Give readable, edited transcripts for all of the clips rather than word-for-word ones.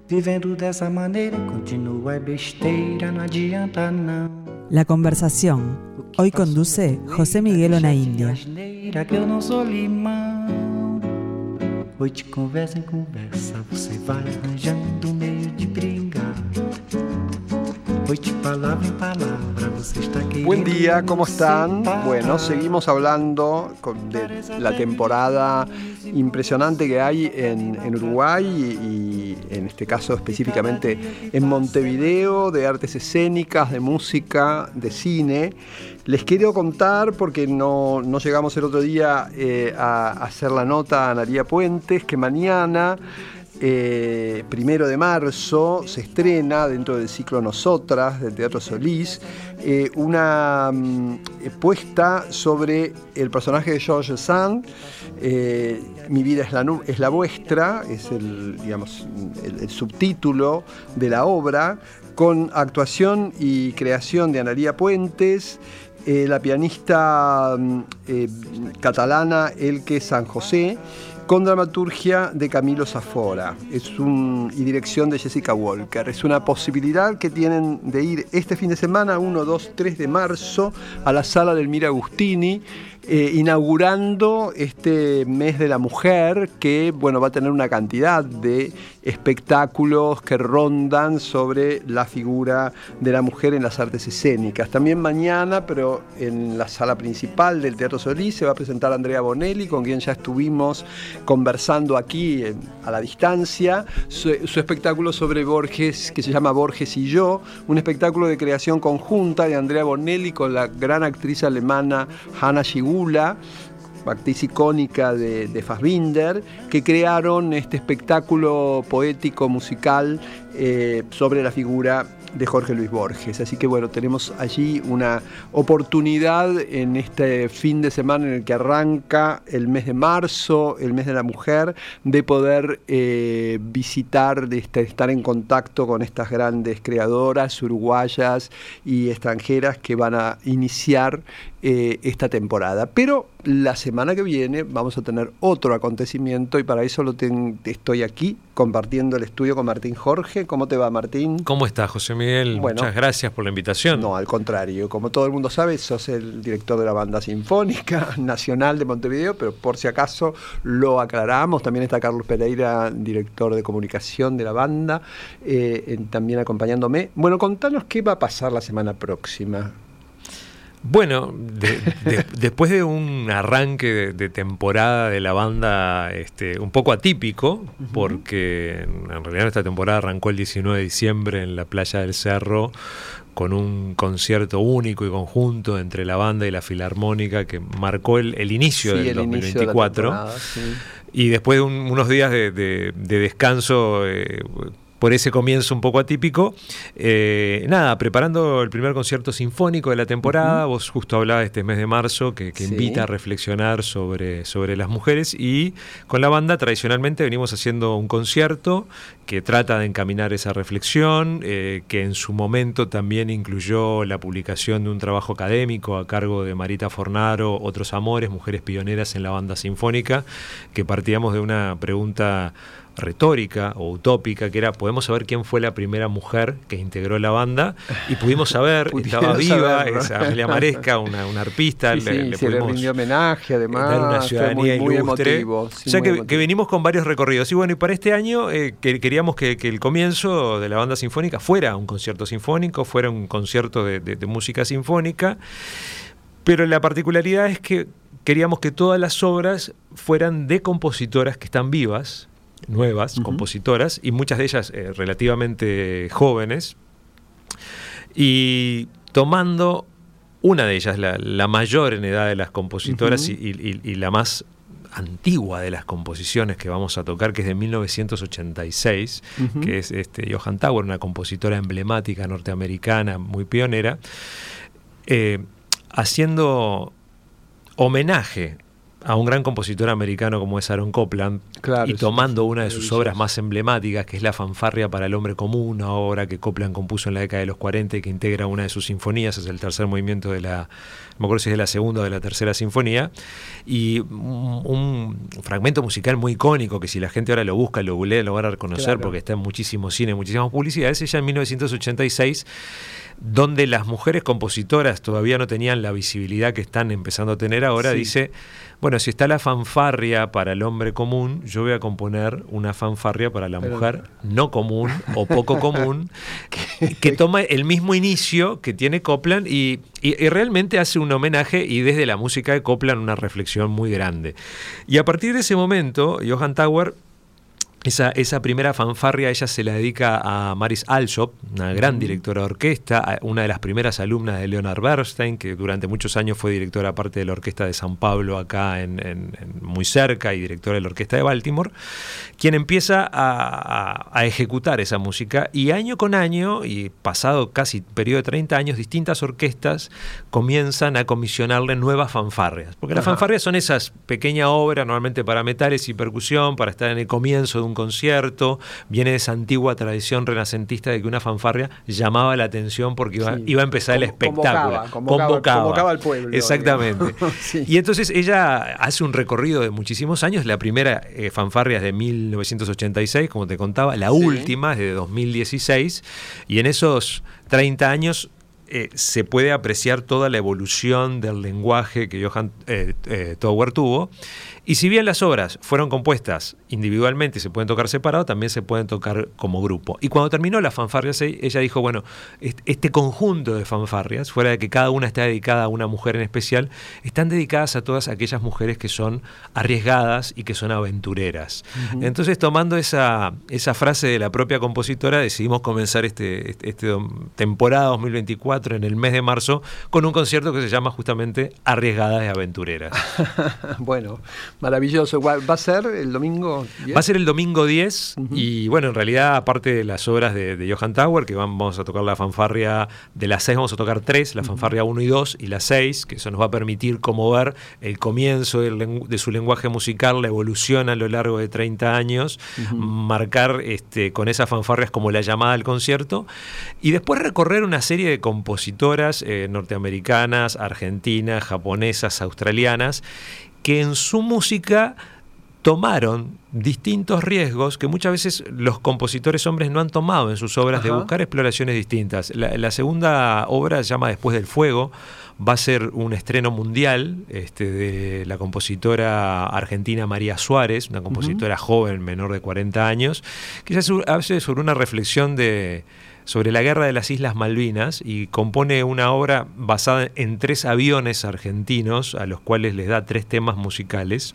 Vivendo dessa maneira, continua é besteira, não adianta não. La conversación. Hoy conduce José Miguel Onaindia. Que eu não sou limão. Hoje de conversa em conversa, você vai arranjando um meio de brigar. Hoje de palabra en palabra, você está queriendo. Buen día, ¿cómo están? Bueno, seguimos hablando de la temporada impresionante que hay en Uruguay y en este caso específicamente en Montevideo, de artes escénicas, de música, de cine. Les quiero contar, porque no llegamos el otro día a hacer la nota a Analía Puentes, que mañana, 1 de marzo, se estrena dentro del ciclo Nosotras, del Teatro Solís, una puesta sobre el personaje de George Sand. Mi vida es la vuestra, es el subtítulo de la obra, con actuación y creación de Analía Puentes, la pianista catalana Elke San José, con dramaturgia de Camilo Zafora y dirección de Jessica Walker. Es una posibilidad que tienen de ir este fin de semana, 1, 2, 3 de marzo, a la sala del Mira Agustini, inaugurando este mes de la mujer, que va a tener una cantidad de espectáculos que rondan sobre la figura de la mujer en las artes escénicas. También mañana, pero en la sala principal del Teatro Solís, se va a presentar Andrea Bonelli, con quien ya estuvimos conversando aquí a la distancia, su espectáculo sobre Borges, que se llama Borges y yo, un espectáculo de creación conjunta de Andrea Bonelli con la gran actriz alemana Hanna Schigula, actriz icónica de Fassbinder, que crearon este espectáculo poético musical sobre la figura de Jorge Luis Borges. Así que tenemos allí una oportunidad en este fin de semana en el que arranca el mes de marzo, el mes de la mujer, de poder visitar, de estar en contacto con estas grandes creadoras uruguayas y extranjeras que van a iniciar esta temporada. Pero la semana que viene vamos a tener otro acontecimiento y para eso estoy aquí compartiendo el estudio con Martín Jorge. ¿Cómo te va, Martín? ¿Cómo estás, José Miguel? Muchas gracias por la invitación. No, al contrario. Como todo el mundo sabe, sos el director de la Banda Sinfónica Nacional de Montevideo, pero por si acaso lo aclaramos. También está Carlos Pereira, director de comunicación de la banda, también acompañándome. Contanos qué va a pasar la semana próxima. Bueno, después de un arranque de temporada de la banda un poco atípico, porque en realidad esta temporada arrancó el 19 de diciembre en la Playa del Cerro con un concierto único y conjunto entre la banda y la Filarmónica que marcó el inicio del 2024. Inicio de sí. Y después de unos días de descanso por ese comienzo un poco atípico, preparando el primer concierto sinfónico de la temporada. Vos justo hablabas de este mes de marzo que sí, invita a reflexionar sobre las mujeres, y con la banda tradicionalmente venimos haciendo un concierto que trata de encaminar esa reflexión, que en su momento también incluyó la publicación de un trabajo académico a cargo de Marita Fornaro, Otros Amores, Mujeres Pioneras en la Banda Sinfónica, que partíamos de una pregunta retórica o utópica, que era: podemos saber quién fue la primera mujer que integró la banda, y pudimos saber, estaba viva, es Amelia Maresca, una arpista, le pudimos rindió homenaje, además dar una ciudadanía muy ilustre, emotivo, o sea que venimos con varios recorridos, y para este año queríamos que el comienzo de la Banda Sinfónica fuera un concierto sinfónico, fuera un concierto de música sinfónica, pero la particularidad es que queríamos que todas las obras fueran de compositoras que están vivas, nuevas compositoras, y muchas de ellas relativamente jóvenes, y tomando una de ellas, la mayor en edad de las compositoras y la más antigua de las composiciones que vamos a tocar, que es de 1986, que es Johann Tauer, una compositora emblemática norteamericana muy pionera, haciendo homenaje a un gran compositor americano como es Aaron Copland, claro, y tomando una de sus obras más emblemáticas, que es La fanfarria para el hombre común, una obra que Copland compuso en la década de los 40 y que integra una de sus sinfonías, es el tercer movimiento de la, no me acuerdo si es de la segunda o de la tercera sinfonía, y un fragmento musical muy icónico que si la gente ahora lo busca, lo googlea, lo van a reconocer, claro, porque está en muchísimo cine, en muchísimas publicidades. Ella en 1986, donde las mujeres compositoras todavía no tenían la visibilidad que están empezando a tener ahora, dice, bueno, si está la fanfarria para el hombre común, yo voy a componer una fanfarria para la mujer no común o poco común, que toma el mismo inicio que tiene Copland y realmente hace un homenaje, y desde la música de Copland una reflexión muy grande. Y a partir de ese momento, Johann Tauer, esa primera fanfarria, ella se la dedica a Maris Alsop, una gran directora de orquesta, una de las primeras alumnas de Leonard Bernstein, que durante muchos años fue directora aparte de la Orquesta de San Pablo, acá muy cerca, y directora de la Orquesta de Baltimore, quien empieza a ejecutar esa música, y año con año, y pasado casi periodo de 30 años, distintas orquestas comienzan a comisionarle nuevas fanfarrias, porque las fanfarrias son esas pequeñas obras, normalmente para metales y percusión, para estar en el comienzo de un concierto. Viene de esa antigua tradición renacentista de que una fanfarria llamaba la atención porque iba a empezar el espectáculo. Convocaba al pueblo. Exactamente. Sí. Y entonces ella hace un recorrido de muchísimos años. La primera fanfarria es de 1986, como te contaba. La última es de 2016. Y en esos 30 años se puede apreciar toda la evolución del lenguaje que Johann Tauer tuvo. Y si bien las obras fueron compuestas individualmente y se pueden tocar separado, también se pueden tocar como grupo. Y cuando terminó la fanfarria, ella dijo, bueno, este conjunto de fanfarrias, fuera de que cada una está dedicada a una mujer en especial, están dedicadas a todas aquellas mujeres que son arriesgadas y que son aventureras. Entonces, tomando esa frase de la propia compositora, decidimos comenzar este temporada 2024 en el mes de marzo con un concierto que se llama justamente Arriesgadas y Aventureras. Bueno, maravilloso. ¿Va a ser el domingo 10? Va a ser el domingo 10 y bueno, en realidad, aparte de las obras de Johann Tauer, que vamos a tocar la fanfarria de las 6, vamos a tocar 3, la fanfarria 1 y 2 y la 6, que eso nos va a permitir como ver el comienzo de su lenguaje musical, la evolución a lo largo de 30 años, marcar con esas fanfarrias como la llamada al concierto, y después recorrer una serie de compositoras norteamericanas, argentinas, japonesas, australianas, que en su música tomaron distintos riesgos que muchas veces los compositores hombres no han tomado en sus obras, de buscar exploraciones distintas. La segunda obra se llama Después del Fuego, va a ser un estreno mundial de la compositora argentina María Suárez, una compositora joven, menor de 40 años, que ella hace sobre una reflexión sobre la guerra de las Islas Malvinas y compone una obra basada en 3 aviones argentinos a los cuales les da 3 temas musicales.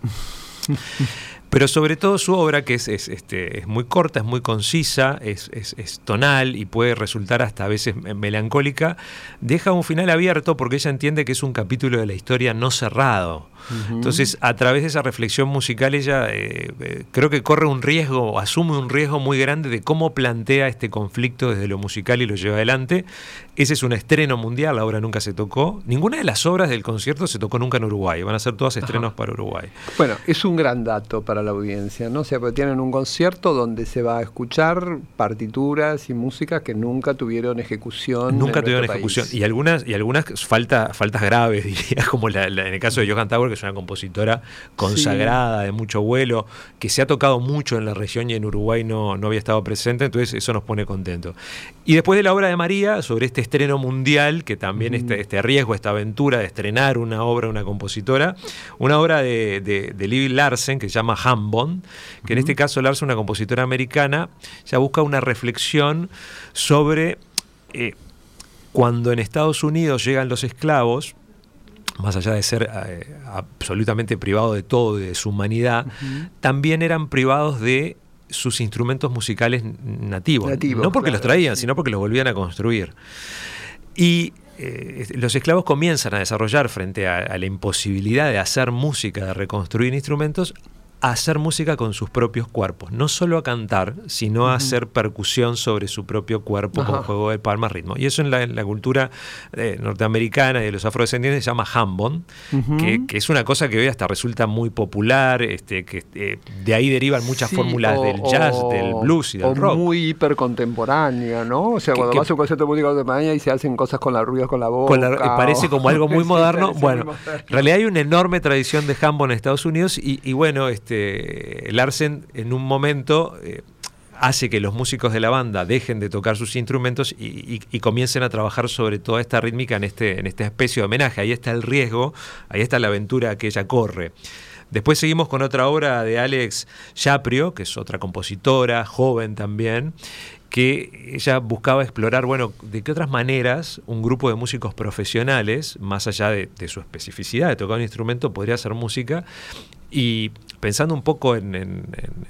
Pero sobre todo su obra, que es muy corta, es muy concisa, es tonal y puede resultar hasta a veces melancólica, deja un final abierto porque ella entiende que es un capítulo de la historia no cerrado. Entonces, a través de esa reflexión musical, ella creo que corre un riesgo, asume un riesgo muy grande de cómo plantea este conflicto desde lo musical y lo lleva adelante. Ese es un estreno mundial, la obra nunca se tocó. Ninguna de las obras del concierto se tocó nunca en Uruguay, van a ser todas estrenos para Uruguay. Bueno, es un gran dato para la audiencia, ¿no? O sea, porque tienen un concierto donde se va a escuchar partituras y músicas que nunca tuvieron ejecución. Nunca tuvieron ejecución. Y algunas faltas graves, diría, como en el caso de Johann Tauer, que es una compositora consagrada, de mucho vuelo, que se ha tocado mucho en la región y en Uruguay no había estado presente, entonces eso nos pone contentos. Y después de la obra de María, sobre este estreno mundial, que también este riesgo, esta aventura de estrenar una obra, una compositora, una obra de Liv Larsen, que se llama Hambond, que en este caso Larsen, una compositora americana, ya busca una reflexión sobre cuando en Estados Unidos llegan los esclavos, más allá de ser absolutamente privados de todo, de su humanidad, también eran privados de sus instrumentos musicales nativos. No porque los traían, sino porque los volvían a construir. Y los esclavos comienzan a desarrollar, frente a la imposibilidad de hacer música, de reconstruir instrumentos, a hacer música con sus propios cuerpos, no solo a cantar, sino a hacer percusión sobre su propio cuerpo con juego de palmas, ritmo. Y eso en la cultura norteamericana y de los afrodescendientes se llama jambon, que es una cosa que hoy hasta resulta muy popular, que de ahí derivan muchas fórmulas del jazz, del blues y del rock. Muy hipercontemporánea, ¿no? O sea, cuando vas a un concierto de música contemporánea y se hacen cosas con los ruidos con la boca. Parece como algo muy moderno. Bueno, en realidad hay una enorme tradición de jambon en Estados Unidos y bueno, Larsen en un momento hace que los músicos de la banda dejen de tocar sus instrumentos y comiencen a trabajar sobre toda esta rítmica en esta especie de homenaje. Ahí está el riesgo, ahí está la aventura que ella corre. Después seguimos con otra obra de Alex Shapiro, que es otra compositora, joven también, que ella buscaba explorar, bueno, de qué otras maneras un grupo de músicos profesionales, más allá de su especificidad de tocar un instrumento, podría hacer música. Y pensando un poco en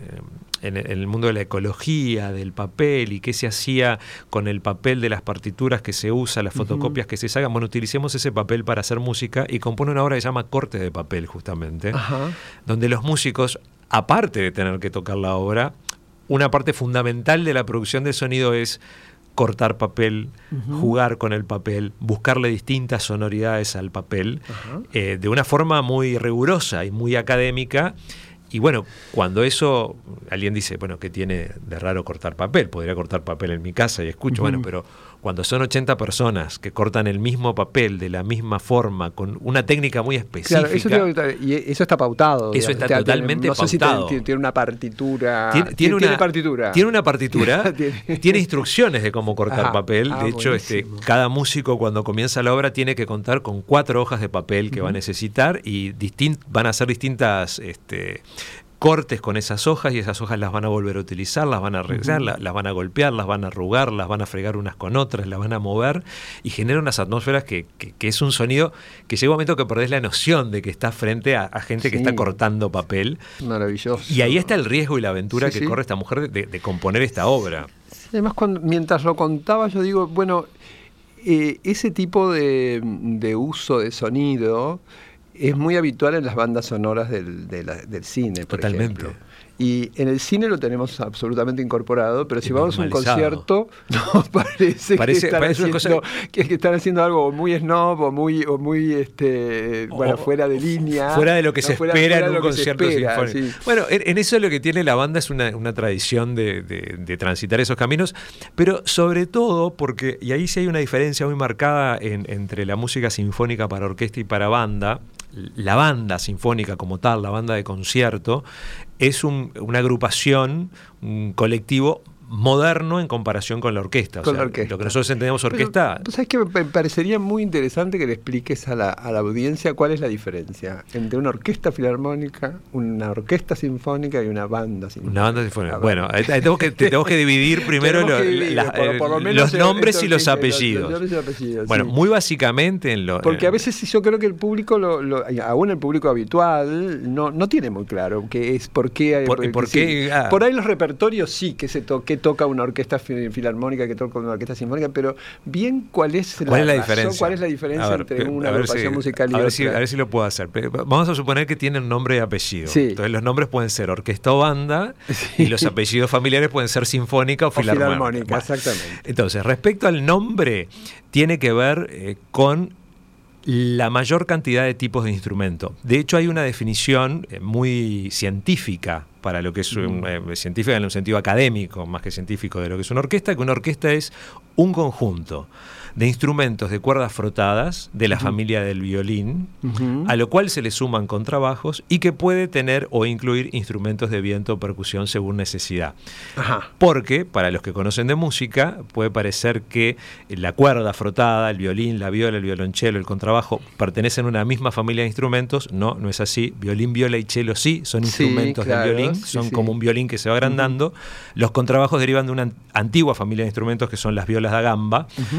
el mundo de la ecología, del papel y qué se hacía con el papel de las partituras que se usa, las fotocopias que se sacan, bueno, utilicemos ese papel para hacer música y compone una obra que se llama Corte de papel, justamente, donde los músicos, aparte de tener que tocar la obra, una parte fundamental de la producción de sonido es cortar papel, jugar con el papel, buscarle distintas sonoridades al papel, de una forma muy rigurosa y muy académica. Y bueno, cuando eso, alguien dice, bueno, ¿qué tiene de raro cortar papel? Podría cortar papel en mi casa y escucho, bueno, pero cuando son 80 personas que cortan el mismo papel de la misma forma, con una técnica muy específica. Claro, y eso está pautado. Eso está totalmente pautado. No sé si tiene una partitura. Tiene partitura. Tiene una partitura, tiene instrucciones de cómo cortar papel. De hecho, cada músico cuando comienza la obra tiene que contar con 4 hojas de papel que va a necesitar y van a hacer distintas cortes con esas hojas y esas hojas las van a volver a utilizar, las van a arreglar, las van a golpear, las van a arrugar, las van a fregar unas con otras, las van a mover y genera unas atmósferas que es un sonido que llega un momento que perdés la noción de que estás frente a gente que está cortando papel. Maravilloso. Y ahí está el riesgo y la aventura que corre esta mujer de componer esta obra. Además, mientras lo contaba yo digo, bueno, ese tipo de uso de sonido es muy habitual en las bandas sonoras del cine, por ejemplo. Y en el cine lo tenemos absolutamente incorporado, pero si vamos a un concierto, nos parece que están haciendo algo muy snob o muy fuera de línea. Fuera de lo que se espera en un concierto sinfónico. Sí. Bueno, en eso lo que tiene la banda es una tradición de transitar esos caminos, pero sobre todo porque, y ahí sí hay una diferencia muy marcada entre la música sinfónica para orquesta y para banda. La banda sinfónica como tal, la banda de concierto, es una agrupación, un colectivo moderno en comparación con la orquesta. Lo que nosotros entendemos orquesta... ¿Tú sabes que me parecería muy interesante que le expliques a la audiencia cuál es la diferencia entre una orquesta filarmónica, una orquesta sinfónica y una banda sinfónica? Una banda sinfónica. Bueno, tenemos que dividir primero los nombres y los apellidos. Bueno, muy básicamente porque a veces yo creo que el público, aún el público habitual, no tiene muy claro qué es, por qué... Por ahí los repertorios sí que se toca una orquesta filarmónica, que toca una orquesta sinfónica, pero bien ¿cuál es la diferencia? ¿Cuál es la diferencia entre una agrupación musical y otra? A ver si lo puedo hacer. Vamos a suponer que tienen nombre y apellido. Sí. Entonces los nombres pueden ser orquesta o banda, y los apellidos familiares pueden ser sinfónica o filarmónica. Bueno, exactamente. Entonces, respecto al nombre, tiene que ver con la mayor cantidad de tipos de instrumento. De hecho, hay una definición muy científica para lo que es científica en un sentido académico, más que científico, de lo que es una orquesta, que una orquesta es un conjunto de instrumentos de cuerdas frotadas de la familia del violín, a lo cual se le suman contrabajos y que puede tener o incluir instrumentos de viento o percusión según necesidad. Porque, para los que conocen de música, puede parecer que la cuerda frotada, el violín, la viola, el violonchelo, el contrabajo, pertenecen a una misma familia de instrumentos. No es así. Violín, viola y cello sí son instrumentos del violín, son como un violín que se va agrandando. Los contrabajos derivan de una antigua familia de instrumentos que son las violas da gamba. Entonces,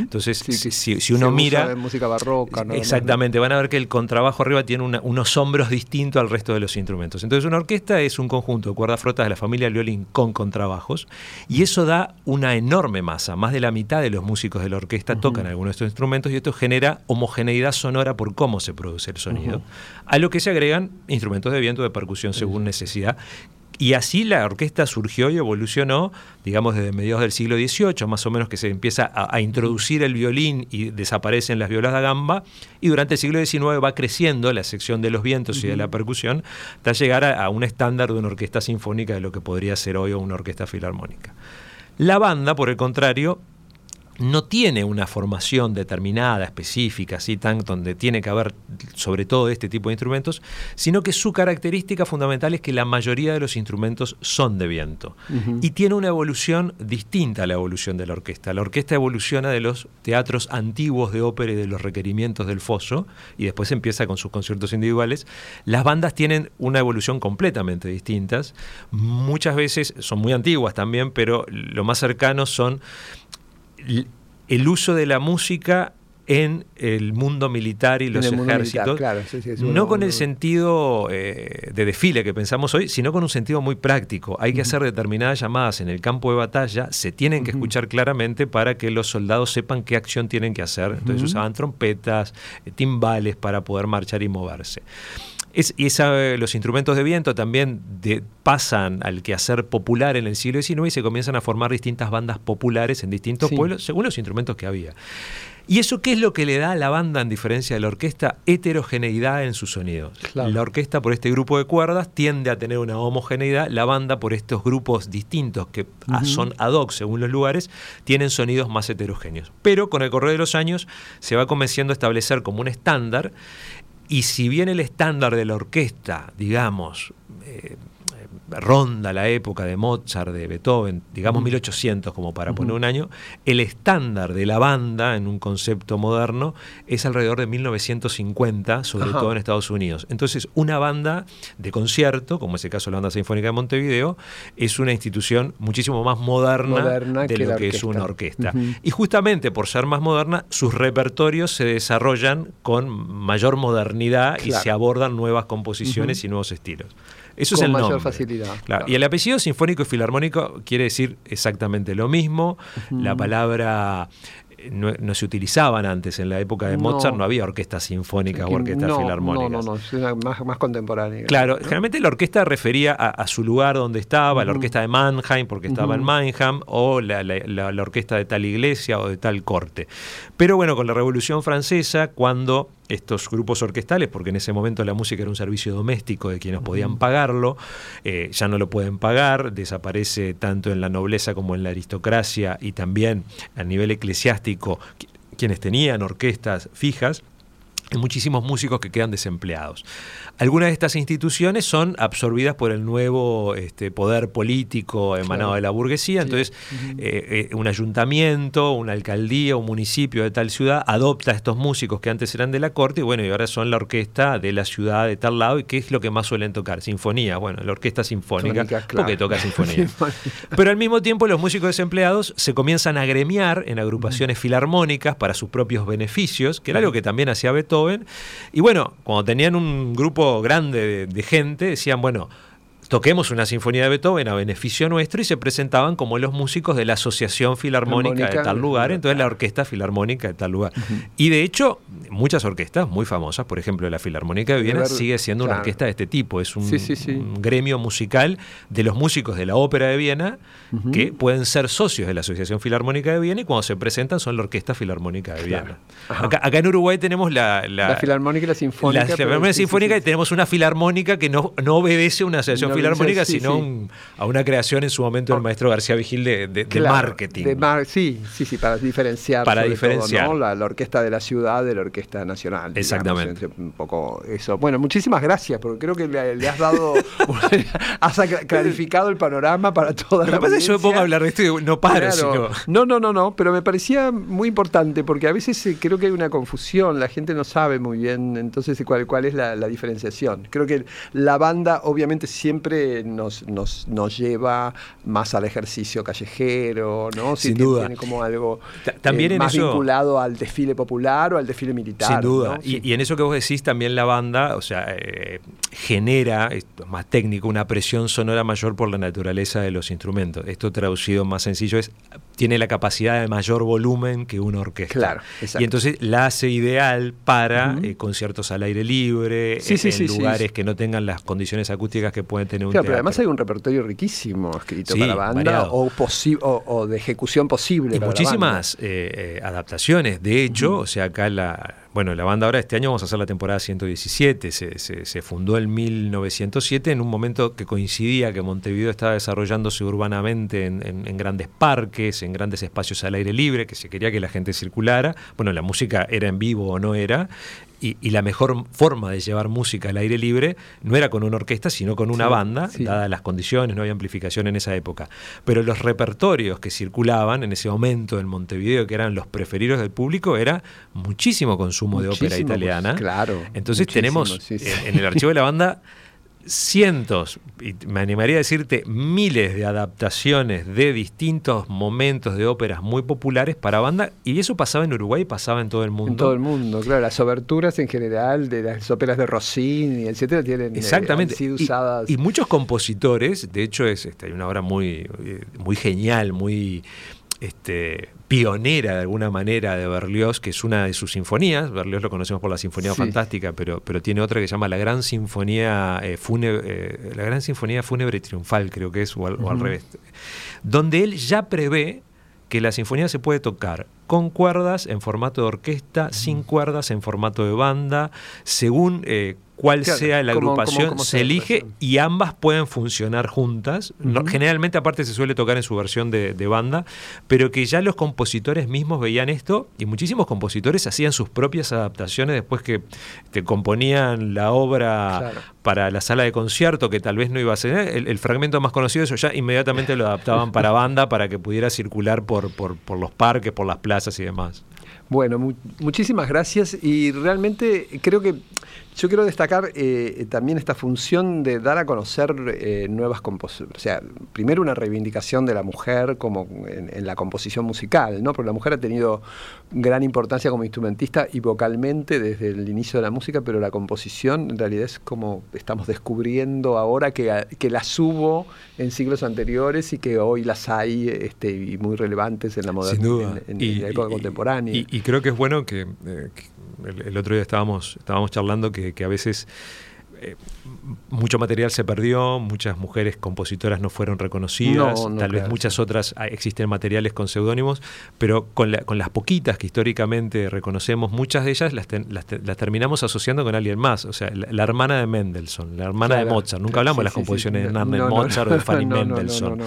si uno mira en música barroca, ¿no? Exactamente, van a ver que el contrabajo arriba tiene unos hombros distintos al resto de los instrumentos. Entonces una orquesta es un conjunto de cuerdas frotas de la familia del violín con contrabajos, y eso da una enorme masa. Más de la mitad de los músicos de la orquesta tocan algunos de estos instrumentos, y esto genera homogeneidad sonora por cómo se produce el sonido, a lo que se agregan instrumentos de viento, de percusión según necesidad. Y así la orquesta surgió y evolucionó, digamos, desde mediados del siglo XVIII, más o menos, que se empieza a introducir el violín y desaparecen las violas da gamba, y durante el siglo XIX va creciendo la sección de los vientos y de la percusión, hasta llegar a un estándar de una orquesta sinfónica de lo que podría ser hoy una orquesta filarmónica. La banda, por el contrario, no tiene una formación determinada, específica, así donde tiene que haber sobre todo este tipo de instrumentos, sino que su característica fundamental es que la mayoría de los instrumentos son de viento. Y tiene una evolución distinta a la evolución de la orquesta. La orquesta evoluciona de los teatros antiguos de ópera y de los requerimientos del foso, y después empieza con sus conciertos individuales. Las bandas tienen una evolución completamente distinta. Muchas veces son muy antiguas también, pero lo más cercano son el uso de la música en el mundo militar y los ejércitos, militar, claro, no con el sentido de desfile que pensamos hoy, sino con un sentido muy práctico. Hay que hacer determinadas llamadas en el campo de batalla, se tienen que escuchar claramente para que los soldados sepan qué acción tienen que hacer. Entonces usaban trompetas, timbales para poder marchar y moverse. Los instrumentos de viento también pasan al quehacer popular en el siglo XIX y se comienzan a formar distintas bandas populares en distintos pueblos, según los instrumentos que había. ¿Y eso qué es lo que le da a la banda, en diferencia de la orquesta? Heterogeneidad en sus sonidos. Claro. La orquesta, por este grupo de cuerdas, tiende a tener una homogeneidad. La banda, por estos grupos distintos que son ad hoc según los lugares, tienen sonidos más heterogéneos. Pero con el correr de los años se va comenzando a establecer como un estándar. Y si bien el estándar de la orquesta, digamos, ronda la época de Mozart, de Beethoven, digamos 1800 como para poner un año, el estándar de la banda en un concepto moderno es alrededor de 1950, sobre todo en Estados Unidos. Entonces, una banda de concierto, como es el caso de la Banda Sinfónica de Montevideo, es una institución muchísimo más moderna de lo que es una orquesta. Y justamente por ser más moderna, sus repertorios se desarrollan con mayor modernidad y se abordan nuevas composiciones y nuevos estilos. Eso es el nombre. Con mayor facilidad. Claro. Y el apellido sinfónico y filarmónico quiere decir exactamente lo mismo. La palabra no se utilizaban antes. En la época de Mozart no había orquestas sinfónicas o orquestas filarmónicas. No, es más contemporánea. Claro, generalmente la orquesta refería a su lugar donde estaba, la orquesta de Mannheim, porque estaba en Mannheim, o la orquesta de tal iglesia o de tal corte. Pero bueno, con la Revolución Francesa, cuando estos grupos orquestales, porque en ese momento la música era un servicio doméstico de quienes podían pagarlo, ya no lo pueden pagar, desaparece tanto en la nobleza como en la aristocracia y también a nivel eclesiástico quienes tenían orquestas fijas. Hay muchísimos músicos que quedan desempleados. Algunas de estas instituciones son absorbidas por el nuevo poder político emanado de la burguesía. Entonces, un ayuntamiento, una alcaldía, un municipio de tal ciudad adopta a estos músicos que antes eran de la corte y ahora son la orquesta de la ciudad de tal lado. ¿Y qué es lo que más suelen tocar? Sinfonía. Bueno, la orquesta sinfónica, porque toca sinfonía. Pero al mismo tiempo los músicos desempleados se comienzan a agremiar en agrupaciones filarmónicas para sus propios beneficios, que era algo que también hacía Beethoven. Y bueno, cuando tenían un grupo grande de gente, decían, bueno, toquemos una sinfonía de Beethoven a beneficio nuestro, y se presentaban como los músicos de la Asociación Filarmónica de tal lugar, entonces la Orquesta Filarmónica de tal lugar. Y de hecho, muchas orquestas muy famosas, por ejemplo, la Filarmónica de Viena sigue siendo una orquesta de este tipo, es un gremio musical de los músicos de la Ópera de Viena que pueden ser socios de la Asociación Filarmónica de Viena y cuando se presentan son la Orquesta Filarmónica de Viena. Acá en Uruguay tenemos la Filarmónica y la Sinfónica. La Filarmónica Sinfónica y tenemos una Filarmónica que no obedece a una asociación filarmónica, sino a una creación en su momento del maestro García Vigil de marketing. Para diferenciar. Todo, ¿no? La orquesta de la ciudad de la orquesta nacional. Exactamente. Digamos, un poco eso. Bueno, muchísimas gracias, porque creo que le has dado, has clarificado el panorama para toda la audiencia. Yo me pongo a hablar de esto y no paro. Claro. No, pero me parecía muy importante, porque a veces creo que hay una confusión, la gente no sabe muy bien, entonces cuál es la diferenciación. Creo que la banda obviamente siempre siempre nos lleva más al ejercicio callejero, ¿no? Sin duda. Tiene como algo también más eso, vinculado al desfile popular o al desfile militar. Sin duda. ¿no? Y en eso que vos decís, también la banda, o sea, genera, esto es más técnico, una presión sonora mayor por la naturaleza de los instrumentos. Esto traducido más sencillo es, tiene la capacidad de mayor volumen que una orquesta. Claro, exacto. Y entonces la hace ideal para conciertos al aire libre, en lugares que no tengan las condiciones acústicas que pueden tener un teatro. Pero además hay un repertorio riquísimo escrito para banda variado. o de ejecución posible. Y para muchísimas adaptaciones. De hecho, o sea, acá la banda ahora este año vamos a hacer la temporada 117. Se fundó en 1907 en un momento que coincidía que Montevideo estaba desarrollándose urbanamente en grandes parques, en grandes espacios al aire libre, que se quería que la gente circulara. Bueno, la música era en vivo o no era. Y la mejor forma de llevar música al aire libre no era con una orquesta, sino con una banda, dadas las condiciones, no había amplificación en esa época. Pero los repertorios que circulaban en ese momento en Montevideo, que eran los preferidos del público, era muchísimo consumo de ópera italiana. Pues, claro. Entonces tenemos en el archivo de la banda cientos, y me animaría a decirte miles de adaptaciones de distintos momentos de óperas muy populares para banda, y eso pasaba en Uruguay y pasaba en todo el mundo. En todo el mundo, claro. Las oberturas en general de las óperas de Rossini, etcétera, han sido usadas. Y muchos compositores, de hecho hay una obra muy genial, muy pionera de alguna manera de Berlioz, que es una de sus sinfonías. Berlioz lo conocemos por la Sinfonía Fantástica, pero tiene otra que se llama la Gran Sinfonía Fúnebre Triunfal, creo que es, o al revés, donde él ya prevé que la sinfonía se puede tocar con cuerdas en formato de orquesta, sin cuerdas en formato de banda, según cuál sea la agrupación, se elige, y ambas pueden funcionar juntas. Generalmente aparte se suele tocar en su versión de banda, pero que ya los compositores mismos veían esto, y muchísimos compositores hacían sus propias adaptaciones después que componían la obra para la sala de concierto, que tal vez no iba a ser el fragmento más conocido, eso ya inmediatamente lo adaptaban para banda para que pudiera circular por los parques, por las plazas y demás. Bueno, muchísimas gracias, y realmente creo que yo quiero destacar también esta función de dar a conocer nuevas composiciones. O sea, primero una reivindicación de la mujer como en la composición musical, ¿no? Porque la mujer ha tenido gran importancia como instrumentista y vocalmente desde el inicio de la música, pero la composición en realidad es como estamos descubriendo ahora que las hubo en siglos anteriores y que hoy las hay y muy relevantes en la modernidad, en la época contemporánea. Y creo que es bueno que el otro día estábamos charlando que a veces mucho material se perdió, muchas mujeres compositoras no fueron reconocidas, tal vez muchas otras existen materiales con seudónimos, pero con las poquitas que históricamente reconocemos, muchas de ellas las terminamos asociando con alguien más. O sea, la hermana de Mendelssohn, la hermana de Mozart. Nunca hablamos de las composiciones de Hernán Mozart o de Fanny Mendelssohn.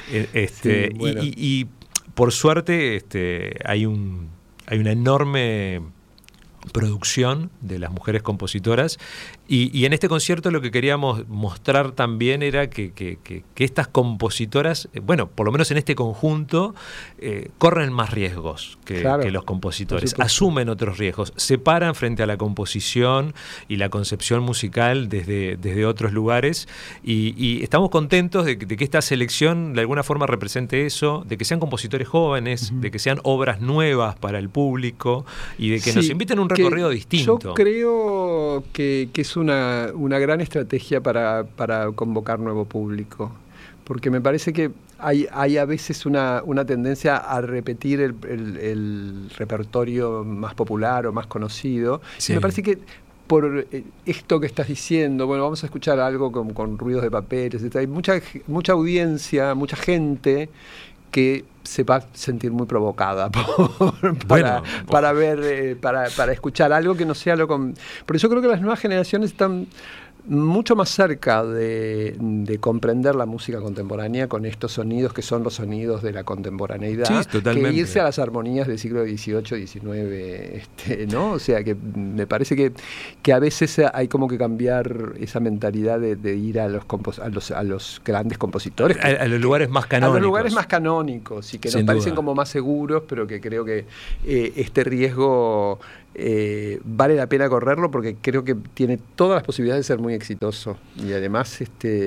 Y por suerte hay una enorme producción de las mujeres compositoras, y en este concierto lo que queríamos mostrar también era que estas compositoras, por lo menos en este conjunto, corren más riesgos que los compositores, asumen otros riesgos, se paran frente a la composición y la concepción musical desde otros lugares, y estamos contentos de que esta selección de alguna forma represente eso, de que sean compositores jóvenes, de que sean obras nuevas para el público, y de que nos inviten a un recorrido distinto. Yo creo que es una gran estrategia para convocar nuevo público, porque me parece que hay a veces una tendencia a repetir el repertorio más popular o más conocido. Sí. Y me parece que por esto que estás diciendo, vamos a escuchar algo con ruidos de papeles, etc. Hay mucha audiencia, mucha gente que se va a sentir muy provocada para ver, para escuchar algo que no sea Porque yo creo que las nuevas generaciones están mucho más cerca de comprender la música contemporánea con estos sonidos que son los sonidos de la contemporaneidad, que irse a las armonías del siglo XVIII, XIX, ¿no? O sea, que me parece que a veces hay como que cambiar esa mentalidad de ir a los grandes compositores. A los lugares más canónicos. A los lugares más canónicos, y que nos parecen como más seguros, pero que creo que este riesgo vale la pena correrlo, porque creo que tiene todas las posibilidades de ser muy muy exitoso. Y además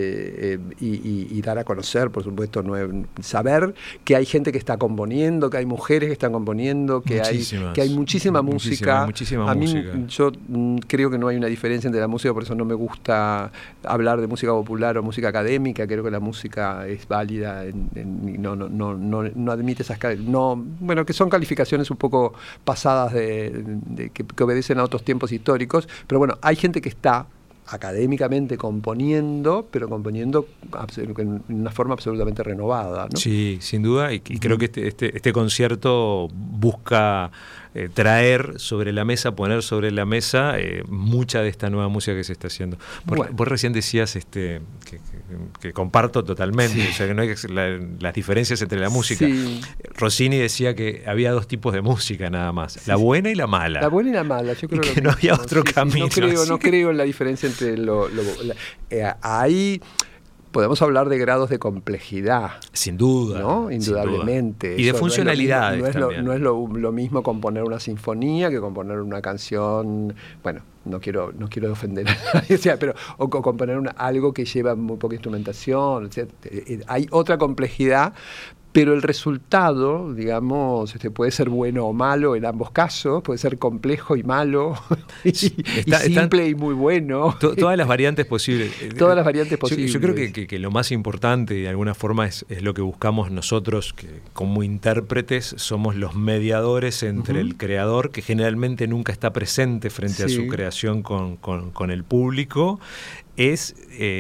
y dar a conocer, por supuesto, saber que hay gente que está componiendo, que hay mujeres que están componiendo, que hay muchísima música. A mí, yo creo que no hay una diferencia entre la música, por eso no me gusta hablar de música popular o música académica. Creo que la música es válida, no admite esas que son calificaciones un poco pasadas que obedecen a otros tiempos históricos, pero bueno, hay gente que está académicamente componiendo, pero componiendo en una forma absolutamente renovada, ¿no? Sí, sin duda, y creo que este concierto busca traer sobre la mesa, poner sobre la mesa mucha de esta nueva música que se está haciendo. Vos recién decías que comparto totalmente, sí. O sea, que no hay las diferencias entre la música. Sí. Rossini decía que había dos tipos de música nada más, la buena y la mala. La buena y la mala, yo creo que no había otro camino. No creo en la diferencia entre ahí podemos hablar de grados de complejidad. Sin duda. ¿No? Indudablemente. Y de funcionalidades no es lo mismo componer una sinfonía que componer una canción. Bueno, no quiero ofender a nadie, o componer algo que lleva muy poca instrumentación. Hay otra complejidad. Pero el resultado, digamos, puede ser bueno o malo en ambos casos, puede ser complejo y malo, y simple y muy bueno. Todas las variantes posibles. Todas las variantes posibles. Yo creo que lo más importante, de alguna forma, es lo que buscamos nosotros, que como intérpretes somos los mediadores entre el creador, que generalmente nunca está presente frente a su creación con el público, es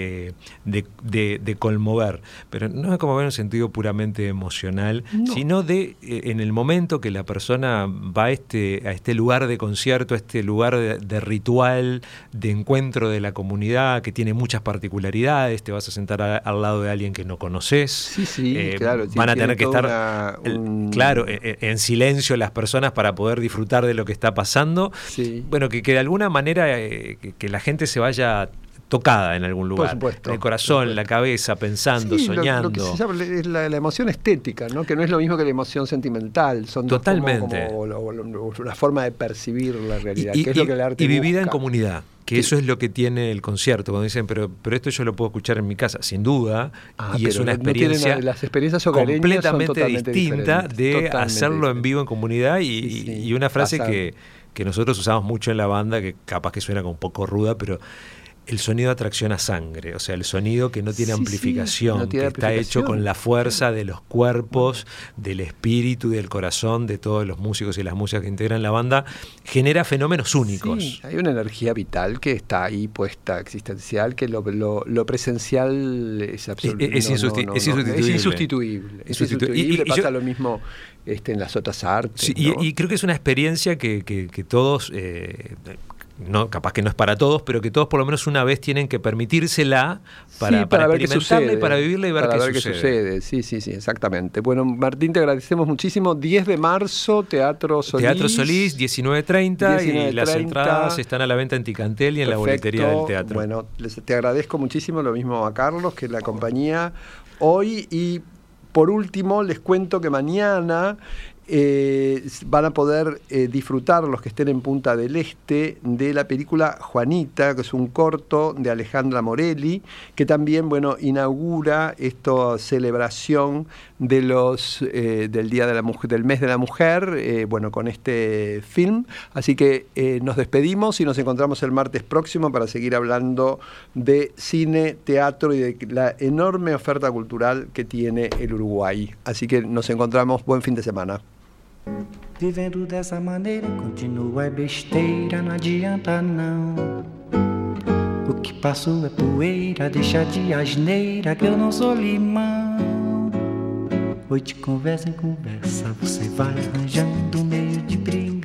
de conmover, pero no de conmover en un sentido puramente emocional, sino en el momento que la persona va a este lugar de concierto, a este lugar de ritual, de encuentro de la comunidad, que tiene muchas particularidades. Te vas a sentar al lado de alguien que no conoces. Claro. Van a tener que estar en silencio las personas para poder disfrutar de lo que está pasando. Sí. Bueno, que de alguna manera que la gente se vaya tocada en algún lugar, en el corazón, en la cabeza, pensando, soñando. Lo que se llama la emoción estética, ¿no? Que no es lo mismo que la emoción sentimental. Son totalmente como una forma de percibir la realidad, que es lo que el arte vivida busca. En comunidad. Que eso es lo que tiene el concierto, cuando dicen, pero esto yo lo puedo escuchar en mi casa, sin duda, y es una experiencia las experiencias completamente distinta de hacerlo en vivo en comunidad, y una frase que nosotros usamos mucho en la banda, que capaz que suena como un poco ruda, pero el sonido atracciona sangre, o sea, el sonido que no tiene amplificación, que está hecho con la fuerza de los cuerpos, del espíritu y del corazón de todos los músicos y las músicas que integran la banda, genera fenómenos únicos. Sí, hay una energía vital que está ahí puesta, existencial, que lo presencial es absolutamente insustituible. Y pasa lo mismo en las otras artes. Sí, ¿no? y creo que es una experiencia que todos... capaz que no es para todos, pero que todos por lo menos una vez tienen que permitírsela para experimentarla y para vivirla y ver qué sucede. Sí, exactamente. Bueno, Martín, te agradecemos muchísimo. 10 de marzo, Teatro Solís. Teatro Solís, 19:30, y las entradas están a la venta en Ticantel y en la boletería del teatro. Bueno, te agradezco muchísimo, lo mismo a Carlos, que la compañía hoy. Y por último, les cuento que mañana van a poder disfrutar los que estén en Punta del Este de la película Juanita, que es un corto de Alejandra Morelli, que también inaugura esta celebración de del Día de la Mujer, del Mes de la Mujer, con este film. Así que nos despedimos y nos encontramos el martes próximo para seguir hablando de cine, teatro y de la enorme oferta cultural que tiene el Uruguay. Así que nos encontramos. Buen fin de semana. Vivendo dessa maneira, continua besteira, não adianta não. O que passou é poeira, deixa de asneira, que eu não sou limão. Hoje conversa em conversa, você vai arranjando um meio de brincar.